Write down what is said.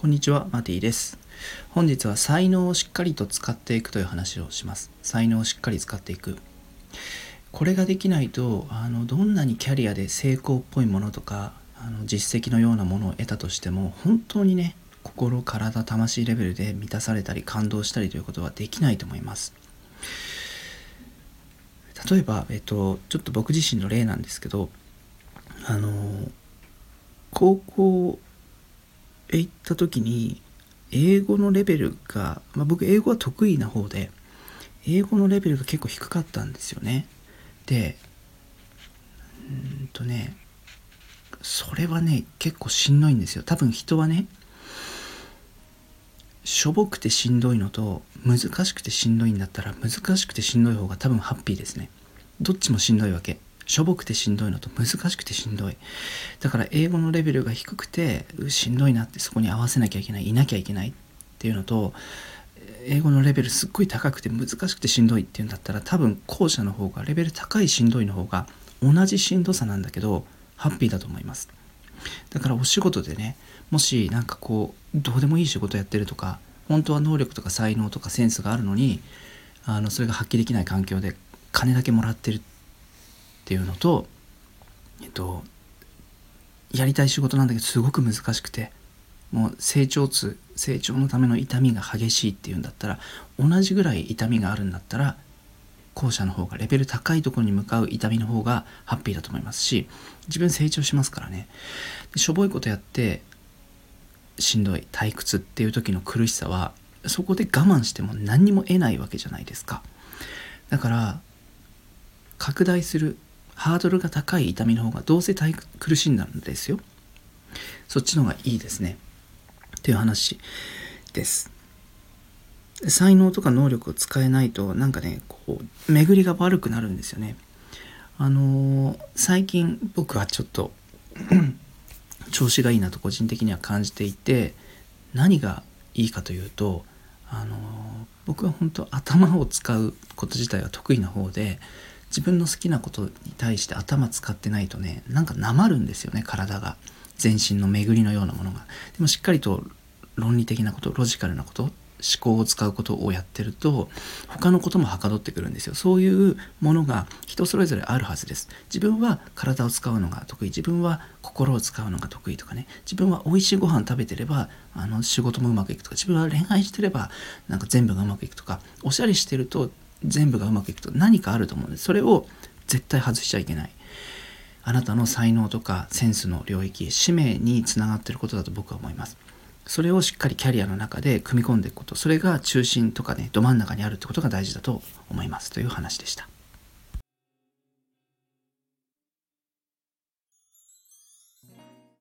こんにちは、マティです。本日は才能をしっかりと使っていくという話をします。才能をしっかり使っていく。これができないと、どんなにキャリアで成功っぽいものとか、実績のようなものを得たとしても、本当にね、心、体、魂レベルで満たされたり感動したりということはできないと思います。例えば、ちょっと僕自身の例なんですけど、高校へ行った時に英語のレベルが、僕英語は得意な方で英語のレベルが結構低かったんですよね。でそれはね結構しんどいんですよ。多分人はね、しょぼくてしんどいのと難しくてしんどいんだったら、難しくてしんどい方が多分ハッピーですね。どっちもしんどいわけ。しょぼくてしんどいのと難しくてしんどい。だから英語のレベルが低くてしんどいなって、そこに合わせなきゃいけない、いなきゃいけないっていうのと、英語のレベルすっごい高くて難しくてしんどいっていうんだったら、多分後者の方が、レベル高いしんどいの方が同じしんどさなんだけどハッピーだと思います。だからお仕事でね、もしどうでもいい仕事やってるとか、本当は能力とか才能とかセンスがあるのにそれが発揮できない環境で金だけもらってるっていうのと、やりたい仕事なんだけどすごく難しくて、もう成長のための痛みが激しいっていうんだったら、同じぐらい痛みがあるんだったら後者の方が、レベル高いところに向かう痛みの方がハッピーだと思いますし、自分成長しますからね。でしょぼいことやってしんどい、退屈っていう時の苦しさは、そこで我慢しても何にも得ないわけじゃないですか。だから拡大するハードルが高い痛みの方が、どうせ苦しんだんですよ、そっちの方がいいですねっていう話です。才能とか能力を使えないと、巡りが悪くなるんですよね。最近僕はちょっと調子がいいなと個人的には感じていて、何がいいかというと、僕は本当頭を使うこと自体は得意な方で、自分の好きなことに対して頭使ってないとね、なまるんですよね、体が。全身の巡りのようなものが。でもしっかりと論理的なこと、ロジカルなこと、思考を使うことをやってると、他のこともはかどってくるんですよ。そういうものが人それぞれあるはずです。自分は体を使うのが得意、自分は心を使うのが得意とかね、自分は美味しいご飯食べてれば仕事もうまくいくとか、自分は恋愛してれば全部がうまくいくとか、おしゃれしてると全部がうまくいくと、何かあると思うんです。それを絶対外しちゃいけない。あなたの才能とかセンスの領域、使命につながっていることだと僕は思います。それをしっかりキャリアの中で組み込んでいくこと、それが中心とかね、ど真ん中にあるってことが大事だと思いますという話でした。